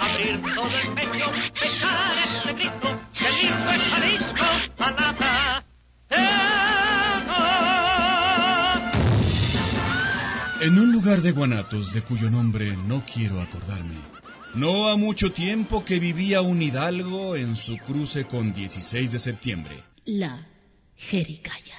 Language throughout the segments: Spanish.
abrir todo el pecho, echar este grito, que lindo es Jalisco, palabra de amor. En un lugar de Guanatos, de cuyo nombre no quiero acordarme, no ha mucho tiempo que vivía un hidalgo en su cruce con 16 de septiembre. La Jericaya.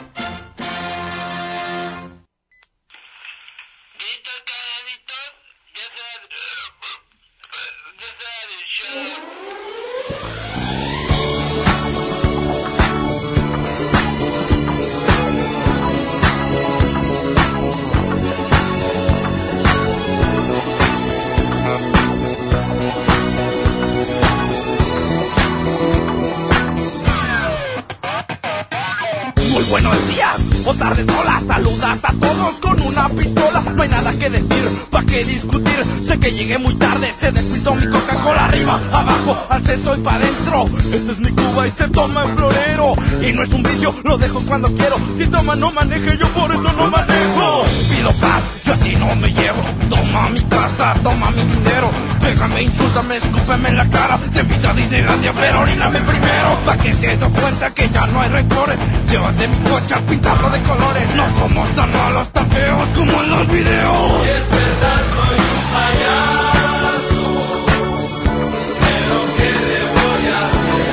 Buenos días o tardes, hola, saludas a todos con una pistola. No hay nada que decir, pa' qué discutir. Sé que llegué muy tarde, se despintó mi Coca-Cola. Arriba, abajo, al centro y pa' dentro. Esta es mi Cuba y se toma en florero. Y no es un vicio, lo dejo cuando quiero. Si toma no maneje, yo por eso no manejo. Pido paz, yo así no me llevo. Toma mi casa, toma mi dinero. Pégame, insúltame, escúpeme en la cara. Te invito a Disneylandia, pero oríname primero. Pa' que te des cuenta que ya no hay rencores. Llévate mi coche a pintarlo de colores. No somos tan malos, tan feos como en los videos. Y es verdad, soy un payaso, pero ¿qué le voy a hacer?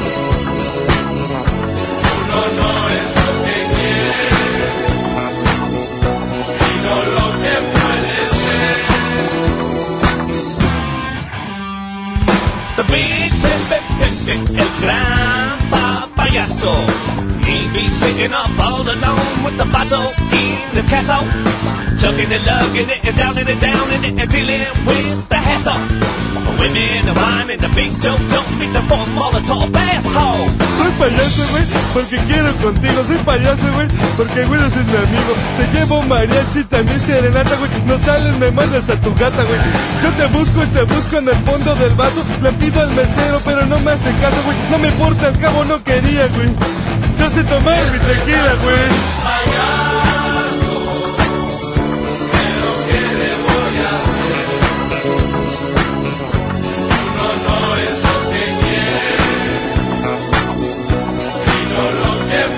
Uno no es lo que quiere, sino lo que puede ser. The big, el gran payaso. He be sitting up all alone with the bottle in his castle, chugging and lugging it and down it and dealing with the hassle. Women and wine and the big joke, don't beat the four Molotov asshole. Soy payaso, güey, porque quiero contigo. Soy payaso, güey, porque güey es mi amigo. Te llevo mariachi, también serenata, güey. No sales, me mandas a tu gata, güey. Yo te busco y te busco en el fondo del vaso. Le pido al mesero, pero no me hace caso, güey. No me importa, al cabo no quería, güey. Yo sé tomar mi tequila, güey. Payaso, pero ¿qué le voy a hacer? Uno no es lo que quiere, sino lo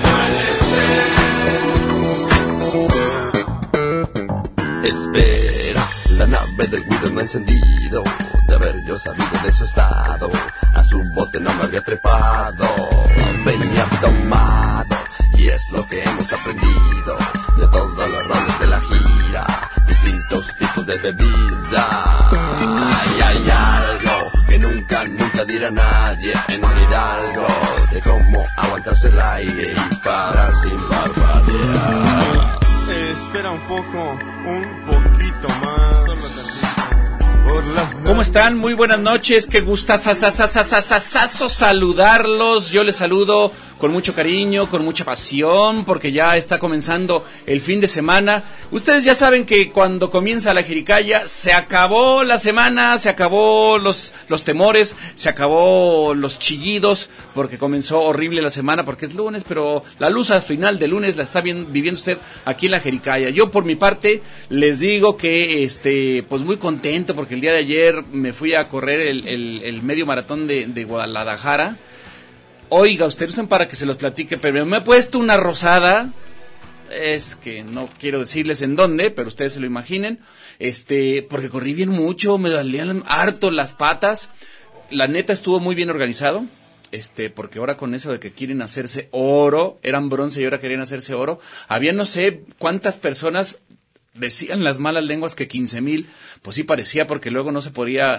que puede ser. Espera, la nave del Guido no ha encendido. De haber yo sabido de su estado, a su bote no me había trepado. Venía tomado, y es lo que hemos aprendido de todos los roles de la gira, distintos tipos de bebida. Hay algo que nunca dirá nadie en un hidalgo, de cómo aguantarse el aire y parar sin parpadear. Espera un poquito más. Solo tantito. ¿Cómo están? Muy buenas noches, qué gustazo saludarlos. Yo les saludo con mucho cariño, con mucha pasión, porque ya está comenzando el fin de semana. Ustedes ya saben que cuando comienza la Jericaya, se acabó la semana, se acabó los temores, se acabó los chillidos, porque comenzó horrible la semana, porque es lunes, pero la luz al final de lunes la está viviendo usted aquí en la Jericaya. Yo por mi parte les digo que pues muy contento, porque el día de ayer me fui a correr el medio maratón de Guadalajara. Oiga, ustedes son para que se los platique, pero me he puesto una rosada, es que no quiero decirles en dónde, pero ustedes se lo imaginen, porque corrí bien mucho, me dolían harto las patas. La neta estuvo muy bien organizado, porque ahora con eso de que quieren hacerse oro, eran bronce y ahora querían hacerse oro, había no sé cuántas personas. Decían las malas lenguas que 15,000, pues sí parecía, porque luego no se podía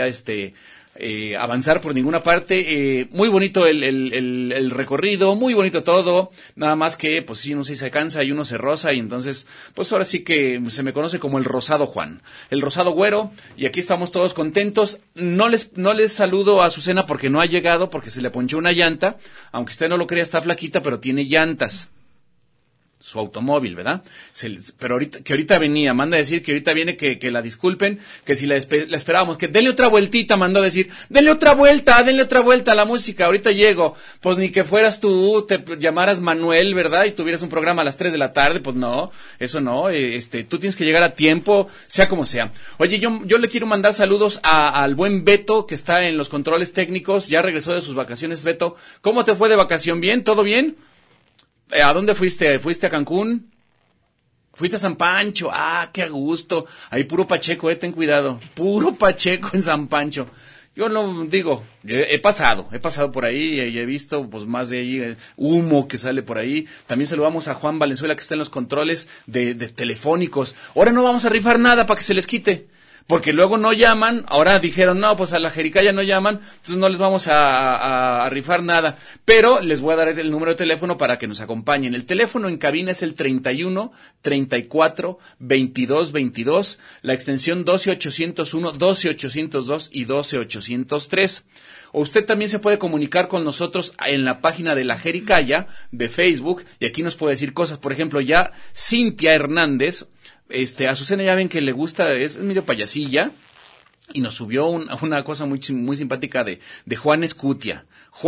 avanzar por ninguna parte. Muy bonito el recorrido, muy bonito todo, nada más que pues sí, uno sí se cansa y uno se rosa, y entonces pues ahora sí que se me conoce como el Rosado Juan, el Rosado Güero, y aquí estamos todos contentos. No les saludo a Azucena porque no ha llegado, porque se le ponchó una llanta, aunque usted no lo crea, está flaquita, pero tiene llantas. su automóvil, ¿verdad? Pero ahorita venía, manda a decir que ahorita viene que la disculpen, que si la esperábamos, que denle otra vueltita, mandó a decir, denle otra vuelta a la música, ahorita llego. Pues ni que fueras tú, te llamaras Manuel, ¿verdad? Y tuvieras un programa a las 3 de la tarde, pues no, eso no, tú tienes que llegar a tiempo, sea como sea. Oye, yo le quiero mandar saludos al buen Beto, que está en los controles técnicos, ya regresó de sus vacaciones. Beto, ¿cómo te fue de vacación? ¿Bien? ¿Todo bien? ¿A dónde fuiste? ¿Fuiste a Cancún? ¿Fuiste a San Pancho? Ah, qué a gusto. Ahí puro Pacheco, ten cuidado. Puro Pacheco en San Pancho. Yo no digo, he pasado por ahí y he visto pues más de ahí humo que sale por ahí. También saludamos a Juan Valenzuela, que está en los controles de telefónicos. Ahora no vamos a rifar nada para que se les quite. Porque luego no llaman, ahora dijeron, no, pues a la Jericaya no llaman, entonces no les vamos a rifar nada. Pero les voy a dar el número de teléfono para que nos acompañen. El teléfono en cabina es el 31 34 22 22, la extensión 12801, 12802 y 12803. O usted también se puede comunicar con nosotros en la página de la Jericaya de Facebook, y aquí nos puede decir cosas. Por ejemplo, ya Cintia Hernández, Azucena ya ven que le gusta, es medio payasilla, y nos subió una cosa muy simpática de Juanes Cutia,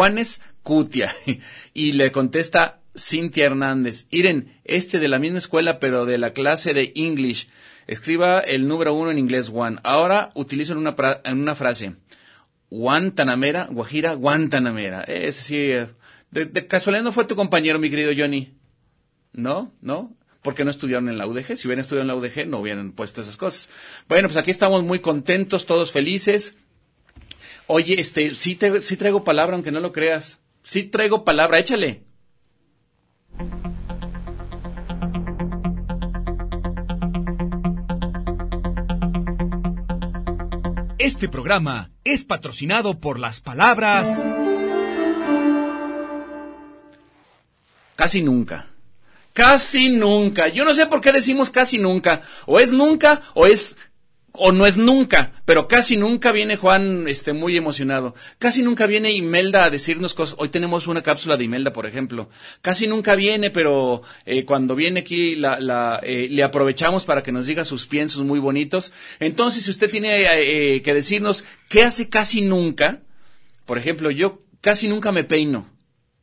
y le contesta Cintia Hernández, Iren, de la misma escuela pero de la clase de English, escriba el número 1 en inglés, one, ahora utilizo en una frase, Guantanamera, Guajira, Guantanamera, ese sí, de casualidad no fue tu compañero, mi querido Johnny, ¿no? Porque no estudiaron en la UDG. Si hubieran estudiado en la UDG, no hubieran puesto esas cosas. Bueno, pues aquí estamos muy contentos, todos felices. Oye, sí traigo palabra, aunque no lo creas. Sí traigo palabra, échale. Este programa es patrocinado por las palabras... Casi nunca. Casi nunca. Yo no sé por qué decimos casi nunca. O es nunca o no es nunca. Pero casi nunca viene Juan muy emocionado. Casi nunca viene Imelda a decirnos cosas. Hoy tenemos una cápsula de Imelda, por ejemplo. Casi nunca viene, pero cuando viene aquí le aprovechamos para que nos diga sus piensos muy bonitos. Entonces, si usted tiene que decirnos qué hace casi nunca, por ejemplo, yo casi nunca me peino.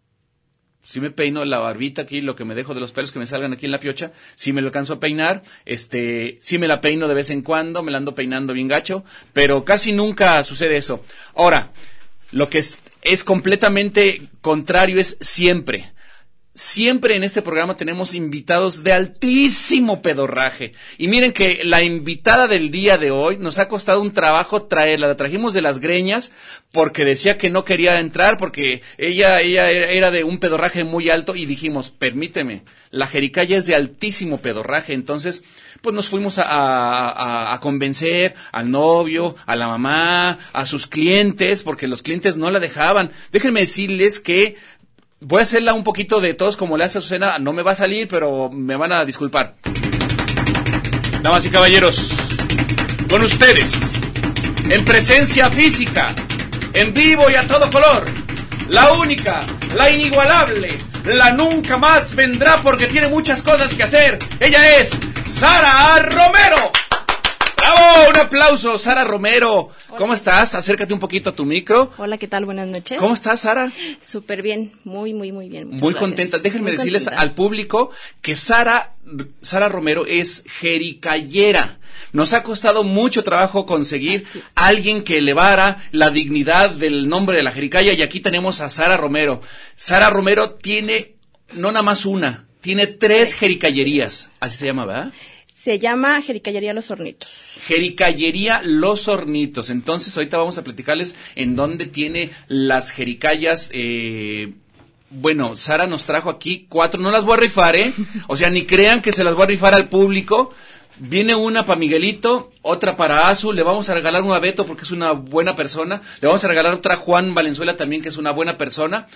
Sí me peino la barbita aquí, lo que me dejo de los pelos que me salgan aquí en la piocha, sí me lo alcanzo a peinar, sí me la peino de vez en cuando, me la ando peinando bien gacho, pero casi nunca sucede eso. Ahora, lo que es completamente contrario es siempre. Siempre en este programa tenemos invitados de altísimo pedorraje. Y miren que la invitada del día de hoy nos ha costado un trabajo traerla. La trajimos de las greñas porque decía que no quería entrar porque ella era de un pedorraje muy alto y dijimos, permíteme, la Jericaya es de altísimo pedorraje. Entonces, pues nos fuimos a convencer al novio, a la mamá, a sus clientes, porque los clientes no la dejaban. Déjenme decirles que voy a hacerla un poquito de todos como le hace Azucena. No me va a salir, pero me van a disculpar. Damas y caballeros, con ustedes, en presencia física, en vivo y a todo color, la única, la inigualable, la nunca más vendrá porque tiene muchas cosas que hacer. Ella es Sara Romero. ¡Bravo! Un aplauso, Sara Romero. Hola. ¿Cómo estás? Acércate un poquito a tu micro. Hola, ¿qué tal? Buenas noches. ¿Cómo estás, Sara? Súper bien, muy bien. Muy contenta. Déjenme decirles al público que Sara Romero es jericayera. Nos ha costado mucho trabajo conseguir a alguien que elevara la dignidad del nombre de la Jericaya y aquí tenemos a Sara Romero. Sara Romero tiene, no nada más una, tiene 3 jericayerías. Así se llama, ¿verdad? Se llama Jericallería Los Hornitos. Jericallería Los Hornitos. Entonces, ahorita vamos a platicarles en dónde tiene las jericayas. Bueno, Sara nos trajo aquí 4. No las voy a rifar, O sea, ni crean que se las voy a rifar al público. Viene una para Miguelito, otra para Azu. Le vamos a regalar una a Beto porque es una buena persona. Le vamos a regalar otra a Juan Valenzuela también, que es una buena persona.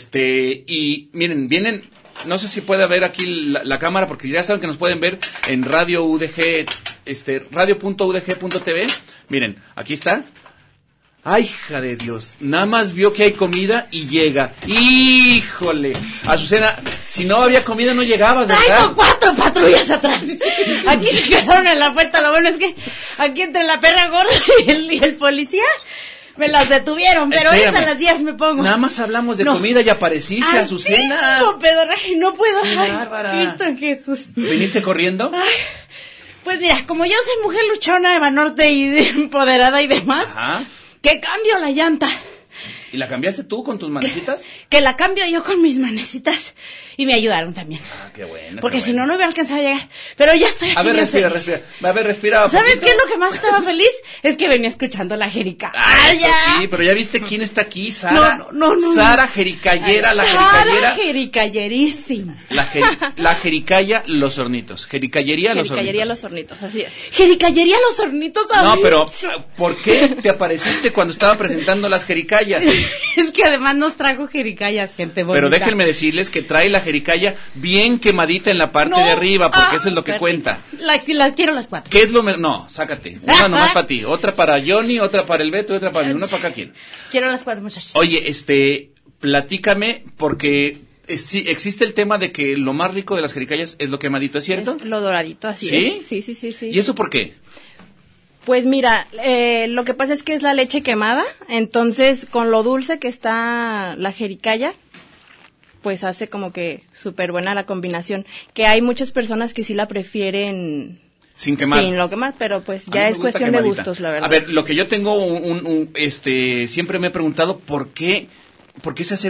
Y miren, vienen... No sé si puede ver aquí la cámara, porque ya saben que nos pueden ver en Radio UDG, radio.udg.tv. Miren, aquí está. Ay, hija de Dios, nada más vio que hay comida y llega. ¡Híjole! Azucena, si no había comida no llegabas, ¿verdad? Traigo 4 patrullas atrás. Aquí se quedaron en la puerta. Lo bueno es que aquí entre la perra gorda y el policía me las detuvieron. Pero Espérame. ahorita a las 10 me pongo. Nada más hablamos de comida y apareciste, Azucena. No, pedorraje, no puedo. Qué Ay, bárbara. Cristo Jesús. ¿Viniste corriendo? Ay, pues mira, como yo soy mujer luchona de Banorte y empoderada y demás, Ajá. que cambio la llanta. ¿Y la cambiaste tú con tus manecitas? Que la cambio yo con mis manecitas. Y me ayudaron también. Ah, qué bueno. Porque qué si bueno. no hubiera alcanzado a llegar. Pero ya estoy aquí. A ver, bien respira, feliz. respira. A ver, respira. ¿Sabes poquito. qué es lo que más estaba feliz? Es que venía escuchando la Jerica. Ah, eso sí, pero ya viste quién está aquí, Sara. No. Sara Jericayera, la Sara jericayera. Jericayerísima. La jericaya Los Hornitos. Jericayería Los Jericayería Hornitos. Los Hornitos, así es. Jericayería Los Hornitos. No, ¿sabes? pero ¿por qué te apareciste cuando estaba presentando las jericayas? Es que además nos trajo jericayas, gente bonita. Pero déjenme decirles que trae la jericaya bien quemadita en la parte de arriba, porque eso es lo que cuenta. Las quiero las 4. ¿Qué es lo No, sácate. Una nomás para ti, otra para Johnny, otra para el Beto, otra para mí, una para acá, ¿quién? Quiero las 4, muchachos. Oye, platícame, porque sí, existe el tema de que lo más rico de las jericayas es lo quemadito, ¿es cierto? Es lo doradito, así ¿Sí? es. Sí. ¿Y eso por qué? Pues mira, lo que pasa es que es la leche quemada, entonces con lo dulce que está la jericaya, pues hace como que súper buena la combinación. Que hay muchas personas que sí la prefieren Sin quemar. sin lo quemar, pero pues A mí ya me es gusta cuestión de quemadita. gustos, la verdad. A ver, lo que yo tengo siempre me he preguntado por qué se hace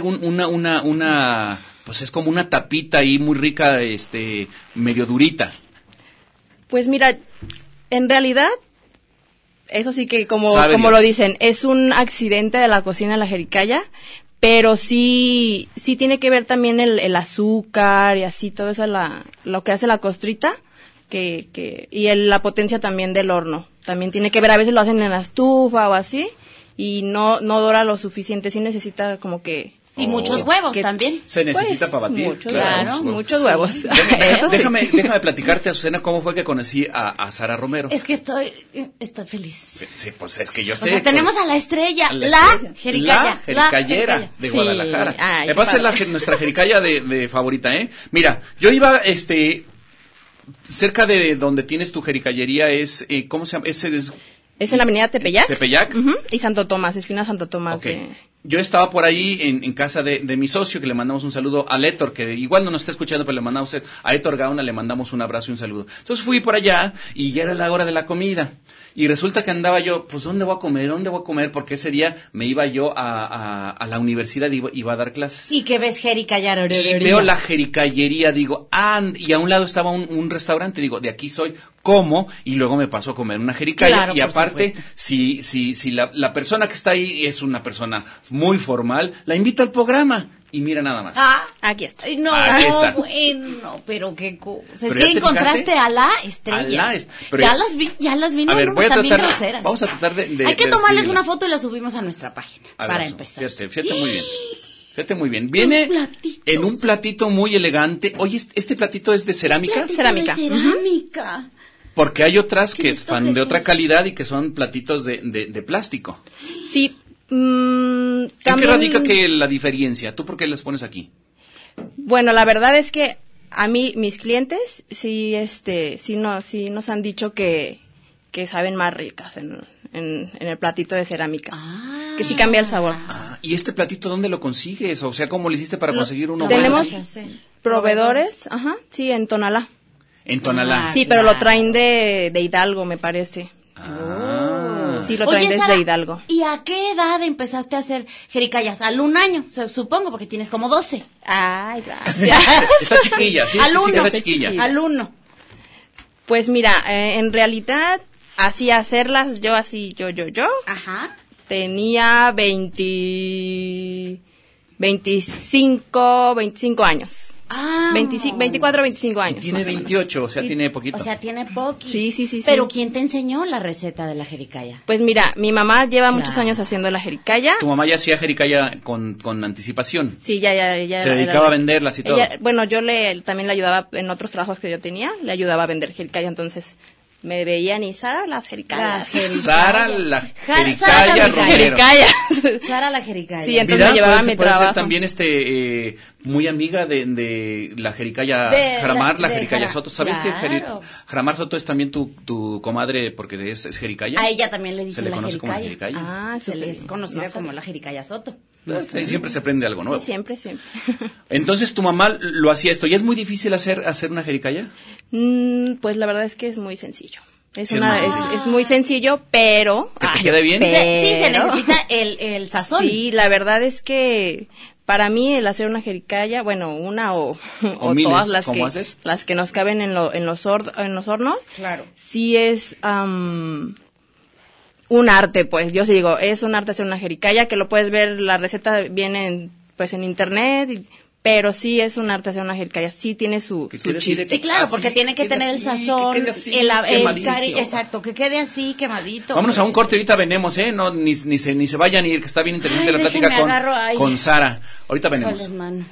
pues es como una tapita ahí muy rica, medio durita. Pues mira, en realidad, eso sí que como Sabe Dios. lo dicen, es un accidente de la cocina de la jericaya, pero sí tiene que ver también el azúcar y así, todo eso, lo que hace la costrita, y la potencia también del horno. También tiene que ver, a veces lo hacen en la estufa o así, y no dora lo suficiente, sí necesita como que... Y muchos huevos también. Se necesita para batir. Muchos, claro, claro, muchos huevos. Eso sí. Déjame platicarte, Azucena, cómo fue que conocí a Sara Romero. Es que estoy feliz. Sí, pues es que yo O sé. sea, tenemos a la estrella, la jericaya. La jericayera de Sí. Guadalajara. Ay, Me qué pasa padre. nuestra jericaya de favorita, ¿eh? Mira, yo iba, cerca de donde tienes tu jericayería ¿cómo se llama? Es en la avenida Tepeyac. Tepeyac. Ujú, y Santo Tomás, esquina Santo Tomás. Ok. Yo estaba por ahí en casa de mi socio, que le mandamos un saludo a Héctor, que igual no nos está escuchando, pero le mandamos a Héctor Gauna, le mandamos un abrazo y un saludo. Entonces fui por allá y ya era la hora de la comida. Y resulta que andaba yo, pues ¿dónde voy a comer? Porque ese día me iba yo a la universidad y iba a dar clases. Y que ves jericayar. Y veo la jericayería, digo, y a un lado estaba un restaurante, digo, de aquí soy, como, y luego me paso a comer una jericaya. Claro, y por aparte, supuesto. si la persona que está ahí es una persona muy formal, la invito al programa. Y mira nada más. Aquí está. Ay, no, Aquí está. bueno, pero qué cosa. Es ¿Pero que ya te encontraste fijaste? a la estrella. Pero ya las vi, no, a ver, no, voy a están bien tratar, groseras. vamos a tratar de Hay que de tomarles describirla. una foto y la subimos a nuestra página, A ver, para Azu, empezar. Fíjate muy bien. Fíjate muy bien. Viene en un platito muy elegante. Oye, ¿este platito es de cerámica? Platito Cerámica. de cerámica. Porque hay otras que Qué están lindo, de otra Jesús. calidad y que son platitos de plástico. Sí. ¿En qué también- radica que la diferencia? ¿Tú por qué las pones aquí? Bueno, la verdad es que a mí, mis clientes, sí nos han dicho que saben más ricas en el platito de cerámica. Que sí cambia el sabor. ¿Y este platito dónde lo consigues? O sea, ¿cómo le hiciste para conseguir uno Tenemos bueno así? proveedores, sí, en Tonalá. En Tonalá. Sí, pero lo traen de Hidalgo, me parece. Sí, lo traen Oye, desde Sara, Hidalgo. ¿y a qué edad empezaste a hacer jericayas? ¿Al un año? Supongo, porque tienes como 12. Ay, gracias. Está chiquilla, sí, Al sí que uno. está chiquilla. Al 1. Pues mira, en realidad, así hacerlas yo, Ajá. tenía 25 años. 24, 25 Y años. tiene más o menos. 28, o sea, tiene poquito. O sea, tiene poquito. Sí. Pero ¿quién te enseñó la receta de la jericaya? Pues mira, mi mamá lleva Claro. muchos años haciendo la jericaya. Tu mamá ya hacía jericaya con anticipación. Sí, ya. Se dedicaba a venderlas y todo. Bueno, yo también le ayudaba en otros trabajos que yo tenía, le ayudaba a vender jericaya, entonces me veían y Sara la jericaya. Sara la jericaya Romero. Sara la jericaya. Sí, entonces me llevaba mi puede trabajo. ser también muy amiga de la jericaya Jaramar, la jericaya Soto. ¿Sabes que Jaramar Soto es también tu comadre porque es jericaya? A ella también le dicen se le la conoce jericaya. como jericaya. Ah, se le es conocida como la jericaya Soto. Sí, siempre se aprende algo nuevo. Sí, siempre. Entonces tu mamá lo hacía esto. ¿Y es muy difícil hacer una jericaya? Pues la verdad es que es muy sencillo. Es muy muy sencillo, pero... ¿Que te quede bien? Sí, se necesita el sazón. Sí, la verdad es que para mí el hacer una jericaya, bueno, una o miles, todas las que nos caben en los hornos, claro, sí es un arte, pues. Yo sí digo, es un arte hacer una jericaya, que lo puedes ver, la receta viene en internet, pero sí es un arte hacer una jericaya, sí tiene su chiste. Sí, claro, porque tiene que tener el sazón, exacto, que quede así, quemadito. Vámonos a un corte, ahorita venemos, no, ni se vayan a ir, que está bien interesante la plática con Sara. Ahorita venemos.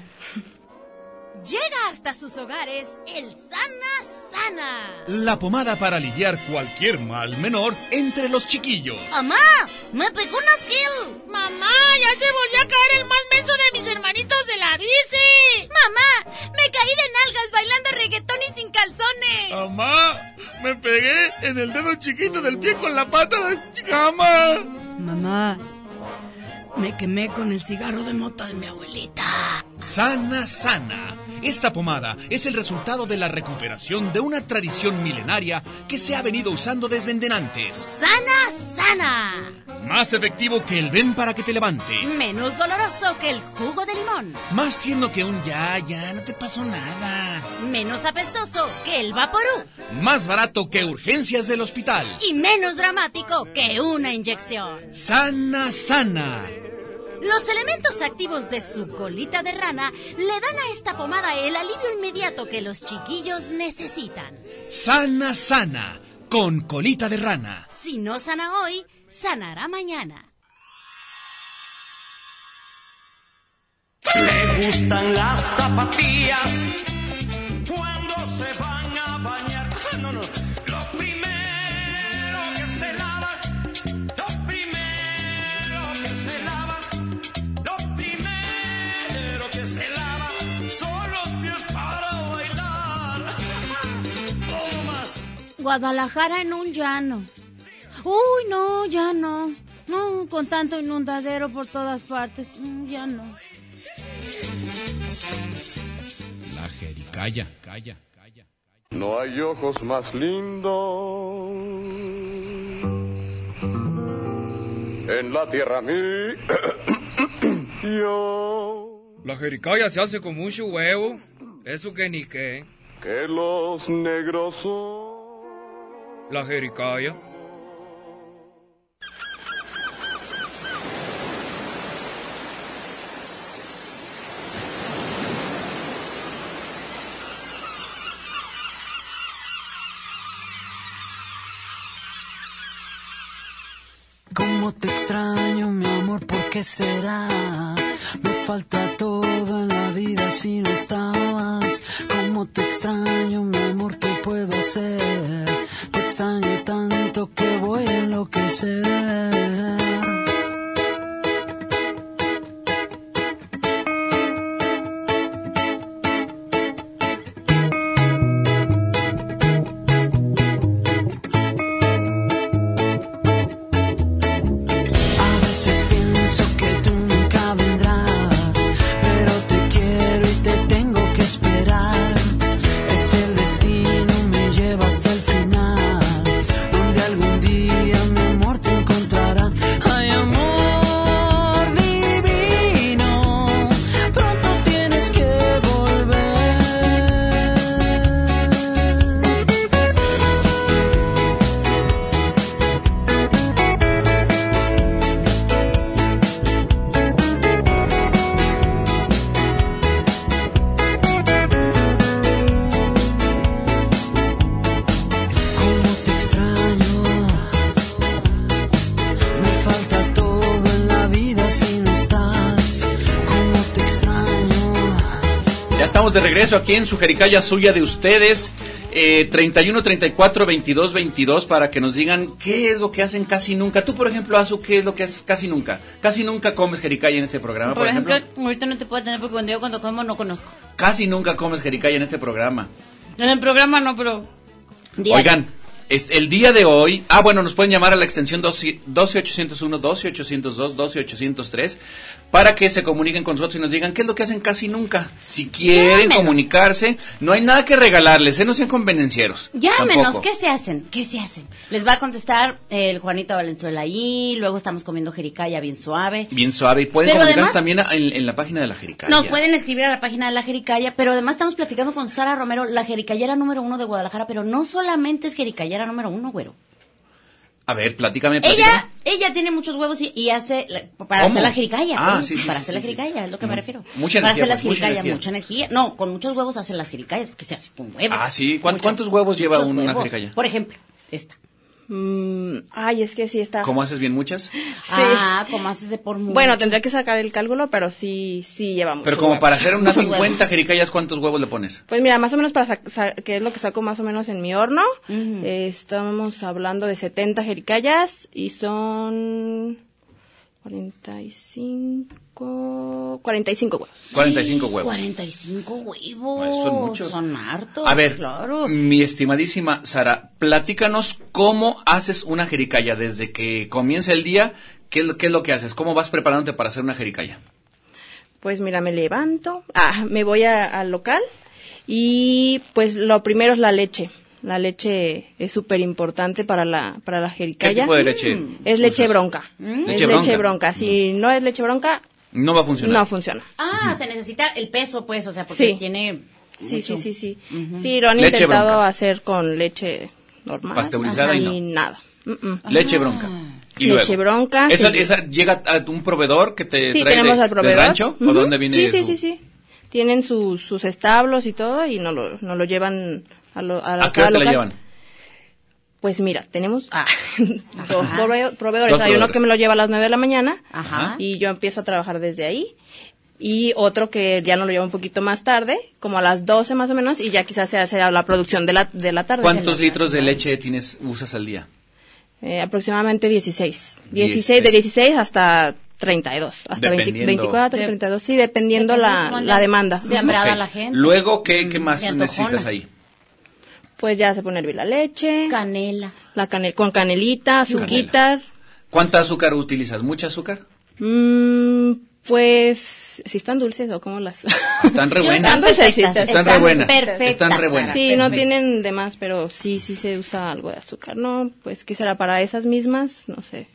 Llega hasta sus hogares el Sana Sana. La pomada para aliviar cualquier mal menor entre los chiquillos. ¡Mamá! ¡Me pegó un asquil! ¡Mamá! ¡Ya se volvió a caer el más menso de mis hermanitos de la bici! ¡Mamá! ¡Me caí de nalgas bailando reggaetón y sin calzones! ¡Mamá! ¡Me pegué en el dedo chiquito del pie con la pata de cama! ¡Mamá! Me quemé con el cigarro de mota de mi abuelita. Sana Sana. Esta pomada es el resultado de la recuperación de una tradición milenaria que se ha venido usando desde endenantes. ¡Sana Sana! Más efectivo que el ven para que te levante. Menos doloroso que el jugo de limón. Más tierno que un ya, no te pasó nada. Menos apestoso que el Vaporú. Más barato que urgencias del hospital. Y menos dramático que una inyección. Sana Sana. Los elementos activos de su colita de rana le dan a esta pomada el alivio inmediato que los chiquillos necesitan. Sana Sana, con colita de rana. Si no sana hoy, sanará mañana. Le gustan las zapatillas cuando se van a bañar. No, lo primero que se lava, lo primero que se lava, lo primero que se lava son los pies para bailar. ¿Cómo más? Guadalajara en un llano. Uy, no, ya no. No, con tanto inundadero por todas partes. Ya no. La jericaya. No hay ojos más lindos en la tierra mía. La jericaya se hace con mucho huevo. Eso que ni qué. Que los negros son. La jericaya. Cómo te extraño, mi amor, ¿por qué será? Me falta todo en la vida si no estabas. Cómo te extraño, mi amor, ¿qué puedo hacer? Te extraño tanto que voy a enloquecer. De regreso aquí en su jericaya suya de ustedes. 31 34 22 22 para que nos digan qué es lo que hacen casi nunca. Tú, por ejemplo, Azu, ¿qué es lo que haces casi nunca? Casi nunca comes jericaya en este programa, Por ejemplo, ahorita no te puedo tener porque cuando como no conozco. Casi nunca comes jericaya en este programa. En el programa no, pero... Oigan, el día de hoy, bueno, nos pueden llamar a la extensión 12801, 12802, 12803 para que se comuniquen con nosotros y nos digan qué es lo que hacen casi nunca. Si quieren comunicarse, no hay nada que regalarles, no sean convenencieros. Llámenos, ¿qué se hacen? Les va a contestar el Juanito Valenzuela ahí, luego estamos comiendo jericaya bien suave. Bien suave, y pueden comunicarse también en la página de la jericaya. Nos pueden escribir a la página de la jericaya, pero además estamos platicando con Sara Romero, la jericayera número 1 de Guadalajara, pero no solamente es jericayera número 1, güero. A ver, platícame. Ella tiene muchos huevos y hace para hacer la jericaya. Para hacer la jericaya, es lo que me refiero. Mucha energía. Para hacer las jericayas, mucha energía. No, con muchos huevos hacen las jericayas porque se hace con huevos. Ah, sí. ¿Cuántos huevos lleva una jericaya? Por ejemplo, esta. Es que sí está. ¿Cómo haces bien muchas? Sí. ¿Cómo haces de por mucho? Bueno, tendría que sacar el cálculo, pero sí lleva mucho. Pero como para hacer unas 50 jericayas, ¿cuántos huevos le pones? Pues mira, más o menos que es lo que saco más o menos en mi horno. Estamos hablando de 70 jericayas y son 45 huevos. 45 huevos. 45 huevos. No, son muchos. Son hartos. A ver, claro. Mi estimadísima Sara, platícanos cómo haces una jericaya desde que comienza el día. ¿Qué es lo que haces? ¿Cómo vas preparándote para hacer una jericaya? Pues mira, me levanto, me voy al local y pues lo primero es la leche. La leche es súper importante para la jericaya. ¿Qué tipo de leche? Es leche bronca. Leche bronca. Si no es leche bronca, no va a funcionar. No funciona. Se necesita el peso, pues, o sea, porque tiene... Sí. mucho. Sí, lo han Leche intentado bronca. hacer con leche normal. Pasteurizada y no. Nada. Leche bronca. Y leche bronca. ¿Esa llega a un proveedor que te trae tenemos al proveedor. ¿Del rancho? ¿O dónde viene Sí. Tienen sus establos y todo y nos lo llevan a qué hora te la llevan? Pues mira, tenemos dos proveedores. Hay uno que me lo lleva a las 9 de la mañana y yo empiezo a trabajar desde ahí. Y otro que ya nos lo lleva un poquito más tarde, como a las 12 más o menos, y ya quizás se hace la producción de la tarde. ¿Cuántos litros de leche usas al día? Aproximadamente 16. De 16 hasta 32, hasta 24, 32, sí, dependiendo la demanda. De hambrada la gente. Luego, ¿qué más necesitas ahí? Pues ya se pone a hervir la leche. Canela. Con canelita, azuquita. ¿Cuánta azúcar utilizas? ¿Mucha azúcar? Pues, si están dulces o como las... Están re buenas. Están re buenas. Están re buenas. Sí, no tienen de más, pero sí se usa algo de azúcar. No, pues, ¿qué será para esas mismas? No sé.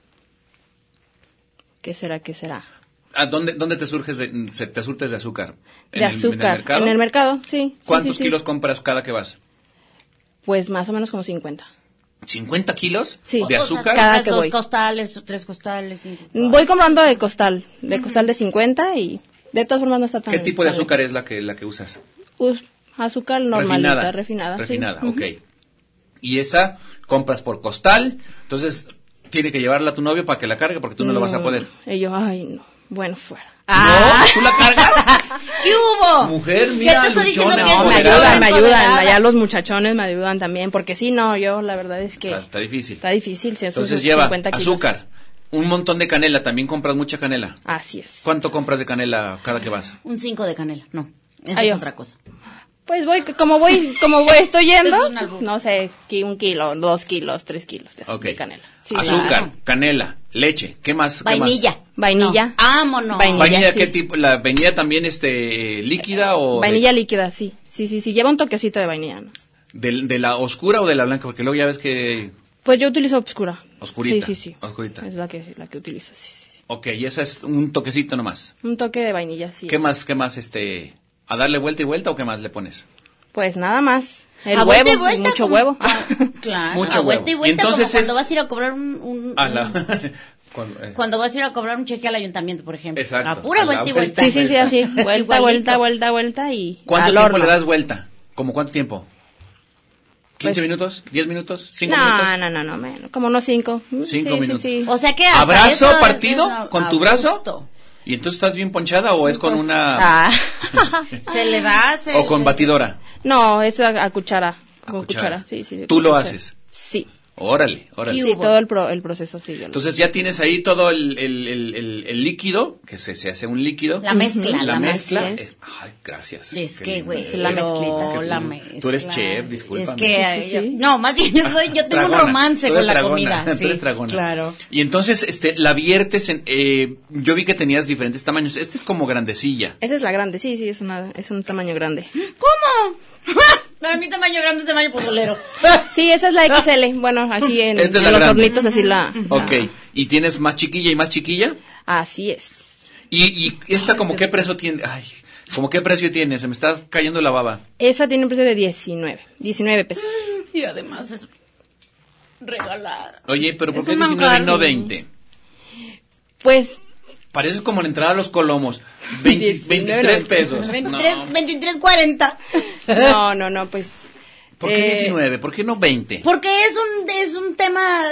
¿Qué será? ¿A dónde te surtes de azúcar? ¿En el mercado? En el mercado, sí. ¿Cuántos kilos compras cada que vas? Pues más o menos como 50. ¿50 kilos sí. de azúcar? Cada que voy. 2 costales, 3 costales, 5. Voy comprando de costal de 50 y de todas formas no está tan... ¿Qué tipo de azúcar es la que usas? Azúcar normalita, refinada. Refinada, sí. Ok. Y esa compras por costal, entonces tiene que llevarla a tu novio para que la cargue porque tú no lo vas a poder. Y yo, no, bueno, fuera. ¿No? ¿Tú la cargas? ¿Qué hubo? Mujer, mira, luchona. Me ayudan, allá los muchachones me ayudan también, porque si no, yo la verdad es que... Está difícil. Entonces lleva azúcar, un montón de canela, también compras mucha canela. Así es. ¿Cuánto compras de canela cada que vas? Un 5 de canela, no, esa es otra cosa. Pues como estoy yendo, no sé, 1 kilo, 2 kilos, 3 kilos de canela. Sí, azúcar, canela, leche, ¿qué más? Vainilla. Vainilla. No. Vámonos. ¿Vainilla qué tipo? ¿La vainilla también líquida o...? Vainilla líquida, sí. Sí, lleva un toquecito de vainilla, ¿no? ¿De la oscura o de la blanca? Porque luego ya ves que... Pues yo utilizo oscura. Oscurita. Sí. Oscurita. Es la que utilizo, sí. Ok, y esa es un toquecito nomás. Un toque de vainilla, sí. ¿Qué más, a darle vuelta y vuelta o qué más le pones? Pues nada más. El huevo, mucho huevo. Claro, mucho a vuelta y vuelta, entonces como cuando vas a ir a cobrar cuando vas a ir a cobrar un cheque al ayuntamiento, por ejemplo. Exacto. A pura vuelta y vuelta. Sí, así. Vuelta y ¿Cuánto tiempo le das vuelta? ¿Cómo cuánto tiempo? ¿15 minutos? ¿10 minutos? ¿5 minutos? No, menos. Como unos 5. 5 minutos. Sí. O sea que ¿abrazo partido con tu brazo? ¿Y entonces estás bien ponchada o es con una...? Se le da... ¿O con batidora? No, es a cuchara. Con cuchara, sí. ¿Tú con lo cuchara. haces? Sí. Órale. Sí, todo el proceso, sí. Entonces ya tienes ahí todo el líquido, que se hace un líquido. La mezcla. La mezcla. Ay, gracias. Es Qué que, lindo. güey, Es la que mezclita. la mezcla. Tú eres chef, discúlpame. Es que, no, más bien yo tengo Tragona. un romance Tú con eres la tragona. comida. Tú Sí, eres tragona. claro. Y entonces la viertes en... yo vi que tenías diferentes tamaños. Este es como grandecilla. Esa es la grande, sí, es un tamaño grande. ¿Cómo? Para mí tamaño grande es tamaño pozolero. Sí, esa es la XL. Bueno, aquí en Esta es la los grande. hornitos así la... Ok. ¿Y tienes más chiquilla y más chiquilla? Así es. ¿Y esta como qué precio tiene? Ay, ¿como qué precio tiene? Se me está cayendo la baba. Esa tiene un precio de 19 pesos. Y además es regalada. Oye, pero ¿por Es qué un 19 y no manjar. 20? Pues... Pareces como la entrada a los Colomos. 23 pesos. 23.40. No, pues... ¿Por qué 19? ¿Por qué no 20? Porque es un tema...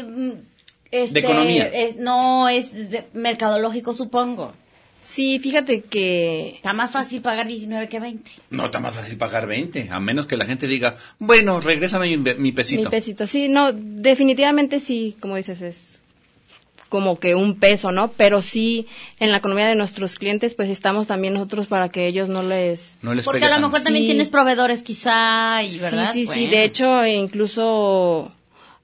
De economía. Es mercadológico, supongo. Sí, fíjate que... Está más fácil pagar 19 que 20. No, está más fácil pagar 20, a menos que la gente diga, bueno, regrésame mi pesito. Mi pesito, sí, no, definitivamente sí, como dices, es como que un peso, ¿no? Pero sí, en la economía de nuestros clientes, pues estamos también nosotros para que ellos no les Porque pegue a lo tanto. mejor también Sí. tienes proveedores quizá, y ¿verdad? Sí, Bueno. de hecho, incluso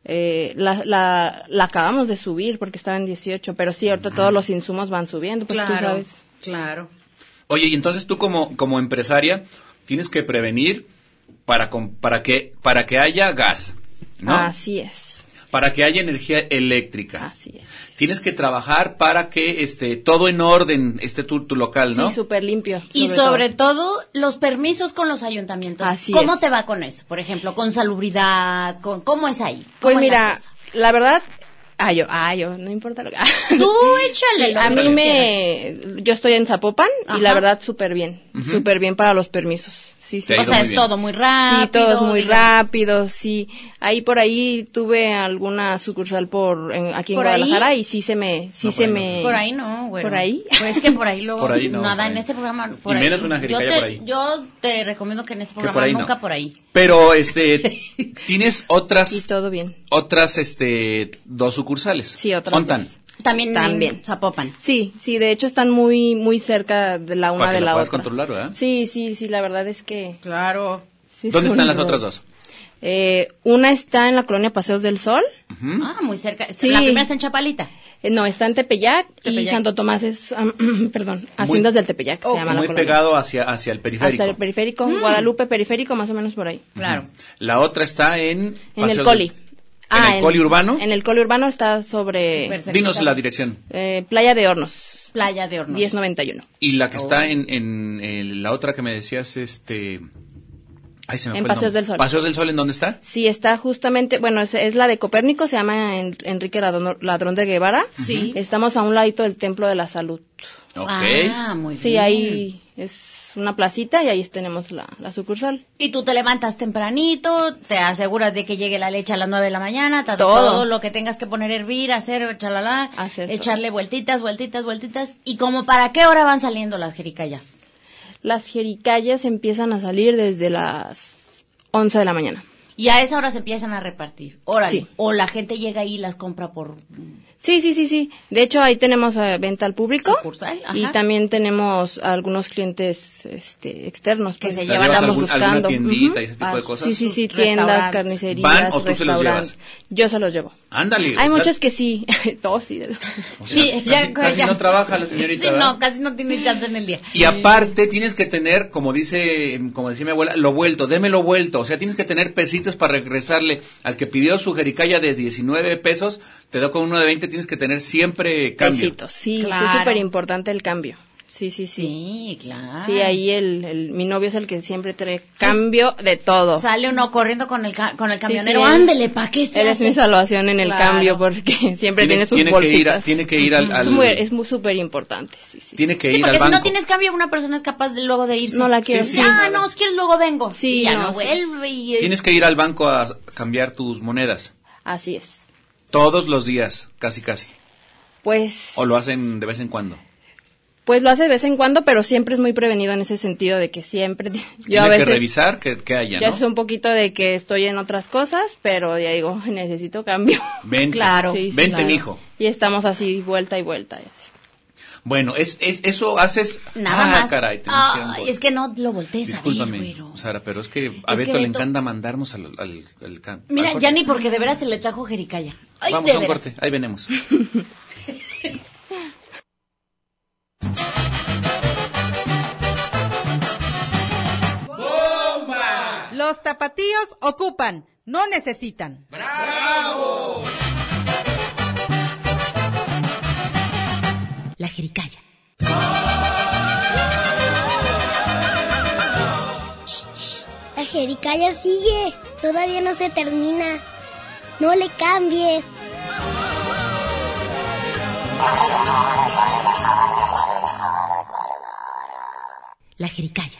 la acabamos de subir porque estaba en 18, pero sí, ahorita todos los insumos van subiendo, pues tú sabes. Claro. Oye, y entonces tú como empresaria tienes que prevenir para que haya gas, ¿no? Así es. Para que haya energía eléctrica. Así es. Tienes que trabajar para que todo en orden esté tu local, ¿no? Sí, súper limpio. Y sobre todo, los permisos con los ayuntamientos. Así ¿Cómo es. te va con eso? Por ejemplo, con salubridad, ¿cómo es ahí? Pues ¿Cómo es la mira, cosa? la verdad, yo, no importa lo que... Tú échale. Sí, a mí yo estoy en Zapopan y la Ajá. verdad súper bien para los permisos. Sí, sí. Te ha O ido sea, muy es bien. todo muy rápido. Sí, todo es muy digamos. rápido, sí. Ahí por ahí tuve alguna sucursal aquí en ¿Por Guadalajara ahí? y sí se me... Por ahí no, güey. ¿Por ahí? Pues es que por ahí luego Por ahí no, nada por ahí. en este programa. Y menos una jericaya por ahí. Yo te recomiendo que en este Que programa por ahí no. nunca por ahí. Pero, tienes Y otras, todo bien. dos sucursales. Sí, otras ¿Ontan? dos. También También. en Zapopan. Sí, de hecho están muy muy cerca de la una Para que de la la puedas otra. controlar, ¿verdad? Sí, la verdad es que... Claro. sí, ¿Dónde son están las un otras robo. dos? Una está en la colonia Paseos del Sol. Ah, muy cerca. Sí. La primera está en Chapalita. No, está en Tepeyac, y Tepeyac. Santo Tomás es, Haciendas del Tepeyac, se llama la Muy colonia. pegado hacia el periférico. Hasta el periférico, Guadalupe periférico, más o menos por ahí. Claro. La otra está en... En el Paseos Coli. ¿En el Coli urbano? En el Coli urbano está sobre Súper cerca. Dinos la dirección. Playa de Hornos, Playa de Hornos. 1091. Y la que está en la otra que me decías, Ay, se me En fue el Paseos nombre. del Sol. ¿Paseos del Sol en dónde está? Sí, está justamente, bueno, es la de Copérnico, se llama Enrique Ladrón de Guevara. Sí. Estamos a un ladito del Templo de la Salud. Ok. Ah, muy bien. Sí, ahí es una placita y ahí tenemos la sucursal. Y tú te levantas tempranito, te aseguras de que llegue la leche a las 9 de la mañana, Todo. todo lo que tengas que poner a hervir, hacer, chalala, Hacer echarle vueltitas. ¿Y como para qué hora van saliendo las jericayas? Las jericayas empiezan a salir desde las 11 de la mañana. Y a esa hora se empiezan a repartir. Órale. Sí. O la gente llega ahí y las compra por... Sí. De hecho, ahí tenemos venta al público. Sucursal, ajá. Y también tenemos algunos clientes externos Que pues, se O sea, llevan ¿llevas estamos alguna buscando. tiendita y ese tipo de Ah, cosas? Sí, tiendas, Restaurantes. carnicerías, ¿Van o tú se los restaurantes. llevas? Yo se los llevo. Ándale. Hay o sea, muchos que sí, todos sí. o sea, casi no trabaja la señorita, Sí, ¿verdad? no, casi no tiene chance en el día. Y aparte tienes que tener, como decía mi abuela, lo vuelto, démelo vuelto. O sea, tienes que tener pesitos para regresarle al que pidió su jericaya de 19 pesos, te da con uno de 20, tienes que tener siempre cambio. Pesitos, sí, Claro. es súper importante el cambio. Sí. Sí, claro. Sí, ahí mi novio es el que siempre trae cambio de todo. Sale uno corriendo con el camionero, sí, ándele, ¿pa' qué se Él es hace? mi salvación en el Claro. cambio porque siempre tiene sus que ir bolsitas. tiene que ir al Es muy súper importante, sí. tiene que Sí, ir porque al si banco. no tienes cambio, una persona es capaz de luego de irse. No la quiero, Sí, sí. No, si quieres luego vengo. Sí, Y ya no, no sí. vuelve y es... Tienes que ir al banco a cambiar tus monedas. Así es. Todos los días, casi. Pues O lo hacen de vez en cuando. Pues lo hace de vez en cuando, pero siempre es muy prevenido en ese sentido de que siempre... Yo a veces que revisar que haya, ya ¿no? es un poquito de que estoy en otras cosas, pero ya digo, necesito cambio. Vente, claro. Vente, claro. Mijo. Y estamos así, vuelta y vuelta, y así. Bueno, eso haces... Nada más. Caray, es que no lo voltees. Discúlpame, a ver, güero. Sara, pero es que a Beto le encanta mandarnos al Mira, ya ni porque de veras se le trajo jericaya. Ay, vamos a un corte, ahí venimos. ¡Bomba! Los tapatíos ocupan, no necesitan. ¡Bravo! La jericaya. La jericaya sigue, todavía no se termina. No le cambies. La jericaya.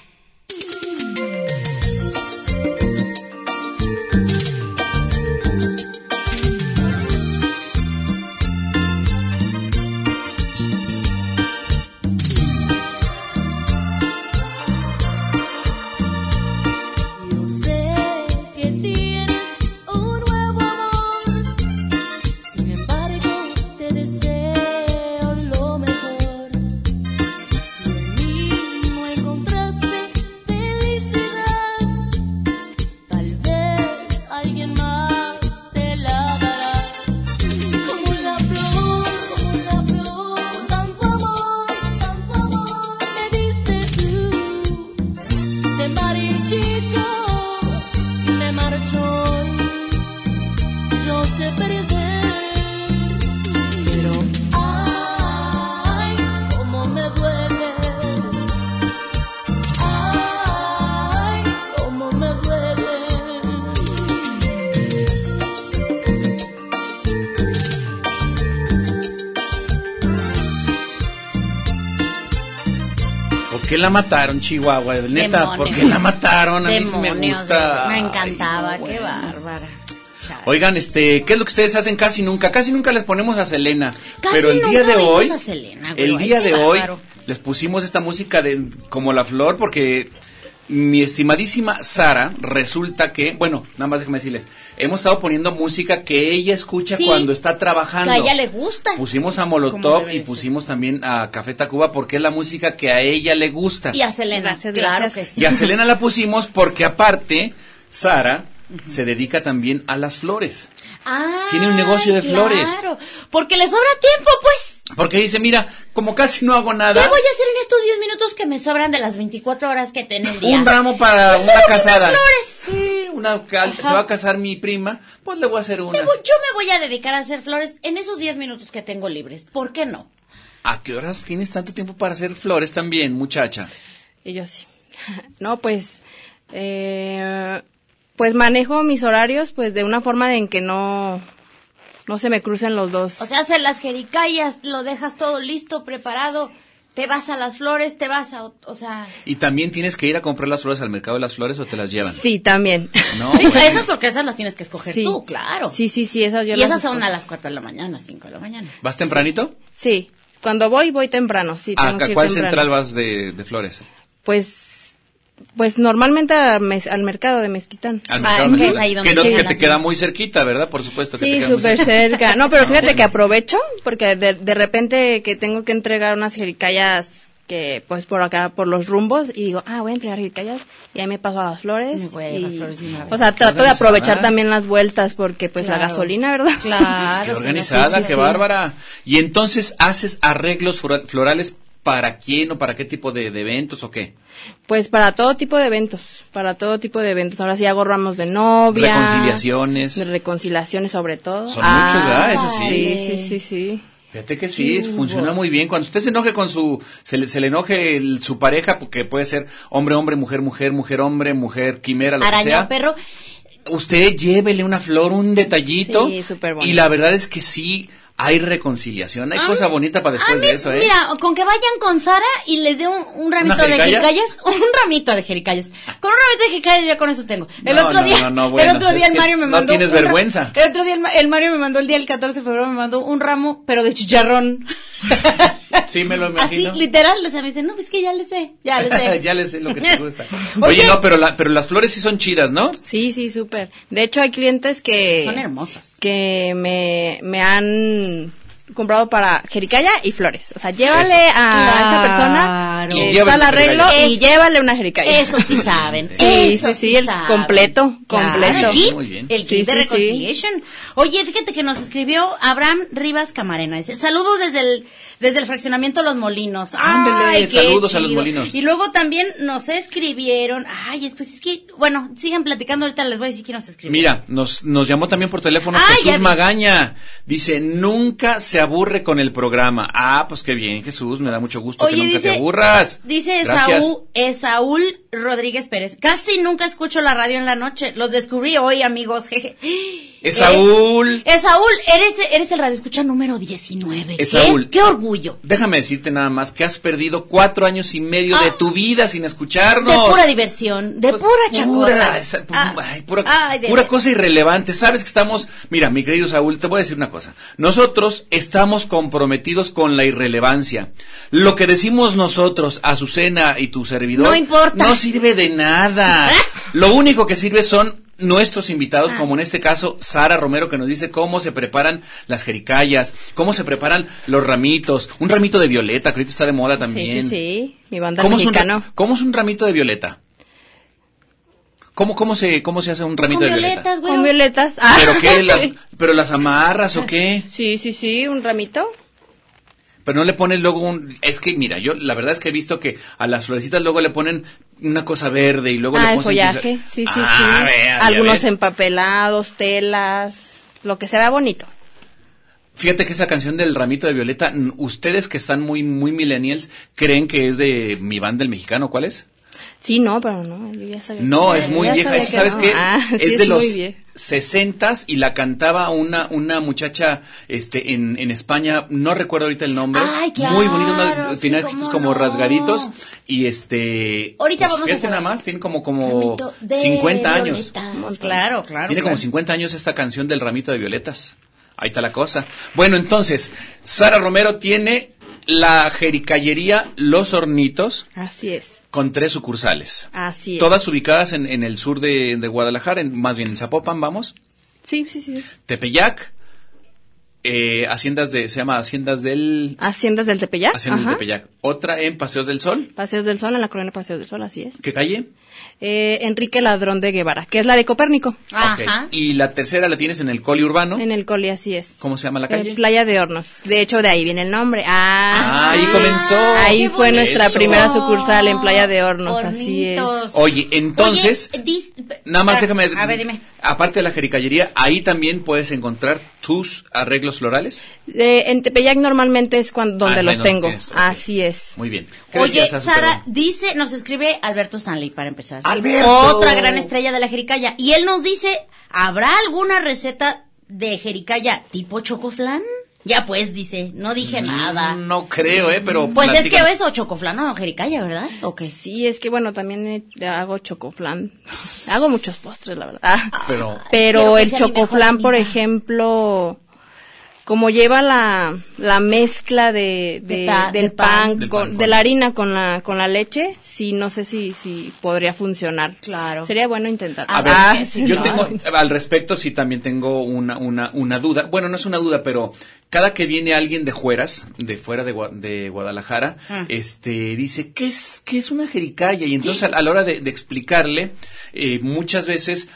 ¿Por qué la mataron, Chihuahua? Neta, Demonios. ¿por qué la mataron? A mí sí me Demonios, gusta. me encantaba, Ay, no, qué bueno. bárbara. Chale. Oigan, ¿qué es lo que ustedes hacen casi nunca? Casi nunca les ponemos a Selena. Casi pero el día nunca de vemos hoy, a Selena, güey. el día Ay, qué de hoy, bárbaro. les pusimos esta música de como la flor porque mi estimadísima Sara resulta que, bueno, nada más déjame decirles, hemos estado poniendo música que ella escucha Sí, cuando está trabajando. que a ella le gusta. Pusimos a Como Molotov debe y de pusimos también a Café Tacuba porque es la música que a ella le gusta. Y a Selena, Gracias, claro gracias. que sí. Y a Selena la pusimos porque aparte, Sara se dedica también a las flores. Ah, Tiene un negocio de flores. Claro, porque le sobra tiempo, pues. Porque dice, mira, como casi no hago nada, ¿Qué voy a hacer en estos 10 minutos que me sobran de las 24 horas que tengo el día? un ramo para Pues una solo casada. unas flores. Sí, se va a casar mi prima, pues le voy a hacer una. Yo me voy a dedicar a hacer flores en esos 10 minutos que tengo libres. ¿Por qué no? ¿A qué horas tienes tanto tiempo para hacer flores también, muchacha? Y yo así. No, pues manejo mis horarios pues de una forma en que no se me crucen los dos. O sea, haces las jericayas, lo dejas todo listo, preparado, te vas a las flores, te vas a... O sea... ¿Y también tienes que ir a comprar las flores al mercado de las flores o te las llevan? Sí, también. No, Sí, bueno. esas porque esas las tienes que escoger Sí. tú, claro. Sí, esas yo Y las esas son escojo. a las 4 de la mañana, 5 de la mañana. ¿Vas tempranito? Sí, cuando voy temprano, sí. tengo que ¿A ir cuál temprano. central vas de flores? Pues normalmente al mercado de Mezquitán. Al mercado de que es Mezquitán. ahí donde Que no- llegan que las te queda flores. muy cerquita, ¿verdad? Por supuesto que te Sí, queda muy súper cerquita. cerca. No, pero fíjate bueno. que aprovecho porque de repente que tengo que entregar unas jericayas que pues por acá, por los rumbos, y digo, voy a entregar jericayas y ahí me paso a las flores. Me voy a las flores de una vez. O sea, trato de organizada. aprovechar también las vueltas porque pues Claro. la gasolina, ¿verdad? Claro. Qué sí, organizada, sí, sí, qué sí. bárbara. Y entonces, ¿haces arreglos florales para quién o para qué tipo de eventos o qué? Pues para todo tipo de eventos, Ahora sí hago ramos de novia. Reconciliaciones. De reconciliaciones sobre todo. Son muchos, ¿verdad? Eso sí. Sí. Fíjate que sí, funciona muy bien. Cuando usted se enoje con se le enoje su pareja, porque puede ser hombre, mujer, hombre, mujer, quimera, lo que Araña sea. o perro. Usted llévele una flor, un detallito. Sí, súper bonito. Y la verdad es que sí, hay reconciliación. Hay cosa bonita para después de eso, ¿eh? Mira, con que vayan con Sara y les dé un ramito ¿Una de jericaya? jericayas, un ramito de jericayas. Con un ramito de jericayas ya con eso tengo. El No, otro no, día, no, bueno, el otro día es el que Mario me no mandó tienes vergüenza. El otro día el Mario me mandó el día del 14 de febrero me mandó un ramo, pero de chicharrón. Sí, me lo imagino. Así, literal, o sea, me dicen, no, pues que ya le sé. Ya le sé lo que te gusta. Oye, no, pero las flores sí son chidas, ¿no? Sí, súper. De hecho, hay clientes que... Son hermosas. Que me han comprado para jericaya y flores. O sea, llévale a esa persona que está el arreglo y llévale una jericaya. Eso sí saben. Sí, el saben. completo. El kit, muy bien. El kit de reconciliation. Oye, fíjate que nos escribió Abraham Rivas Camarena. Dice, saludos desde el fraccionamiento Los Molinos. Ándale, saludos a Los chido. Molinos. Y luego también nos escribieron, pues es que, bueno, sigan platicando, ahorita les voy a decir quién nos escribió. Mira, nos llamó también por teléfono Jesús Magaña. Dice, nunca se aburre con el programa. Pues qué bien, Jesús, me da mucho gusto que nunca te aburras. Dice Esaúl Rodríguez Pérez, casi nunca escucho la radio en la noche, los descubrí hoy, amigos, jeje. Esaúl, eres el radioescucha número 19. Esaúl, qué orgullo. Déjame decirte nada más que has perdido 4 años y medio de tu vida sin escucharnos. De pura diversión, de pura chacota. Pura cosa irrelevante. Sabes que estamos, mira, mi querido Saúl, te voy a decir una cosa. Nosotros estamos comprometidos con la irrelevancia. Lo que decimos nosotros, Azucena y tu servidor, no importa. No sirve de nada. Lo único que sirve son nuestros invitados, como en este caso Sara Romero, que nos dice cómo se preparan las jericayas, cómo se preparan los ramitos, un ramito de violeta, que ahorita está de moda también. Sí, mi banda mexicano. ¿Cómo es un ramito de violeta? ¿Cómo se hace un ramito de violeta? Con violetas. ¿Pero qué? ¿Pero las amarras o qué? Sí, un ramito. Pero no le pones luego es que mira, yo la verdad es que he visto que a las florecitas luego le ponen una cosa verde y luego le ponen... el follaje, sí. Vea, algunos empapelados, telas, lo que se vea bonito. Fíjate que esa canción del ramito de violeta, ustedes que están muy, muy millennials, ¿creen que es de mi banda el mexicano? ¿Cuál es? Sí, no, pero no, yo ya sabía. No, es muy vieja. Esa, ¿sabes qué? Es de los 60s y la cantaba una muchacha en España, no recuerdo ahorita el nombre. Ay, claro, muy bonito, tiene como rasgaditos y ahorita vamos fíjate nada más, tiene como 50 años. Claro. Tiene como 50 años esta canción del ramito de violetas. Ahí está la cosa. Bueno, entonces, Sara Romero tiene la jericayería Los Hornitos. Así es. Con 3 sucursales. Así es. Todas ubicadas en el sur de Guadalajara, más bien en Zapopan, vamos. Sí. Tepeyac, se llama Haciendas del Tepeyac. Haciendas del Tepeyac. Otra en Paseos del Sol. Paseos del Sol, en la colonia Paseos del Sol, así es. ¿Qué calle? Enrique Ladrón de Guevara, que es la de Copérnico. Ajá. Okay. Y la tercera la tienes en el Coli Urbano. En el Coli, así es. ¿Cómo se llama la calle? Playa de Hornos. De hecho, de ahí viene el nombre. Ahí comenzó. Ahí fue nuestra primera sucursal en Playa de Hornos, así es. Oye, entonces, nada más déjame... A ver, dime. Aparte de la jericayería, ahí también puedes encontrar tus arreglos florales. En Tepeyac normalmente es donde los tengo. Okay. Así es. Muy bien. Oye, Sara, nos escribe Alberto Stanley para empezar. ¡Alberto! Otra gran estrella de la jericaya. Y él nos dice, ¿habrá alguna receta de jericaya tipo chocoflán? Ya pues, dice, no dije nada. No creo, pero... Pues es que eso, chocoflán o jericaya, ¿verdad? Okay. Sí, es que bueno, también hago chocoflán. Hago muchos postres, la verdad. Pero el chocoflán, por ejemplo... Como lleva la mezcla del pan, de la harina con la leche, sí, no sé si podría funcionar. Claro. Sería bueno intentar. A ver, yo tengo, al respecto, sí también tengo una duda. Bueno, no es una duda, pero cada que viene alguien de fuera de Guadalajara, dice, ¿qué es una jericaya? Y entonces a la hora de explicarle, muchas veces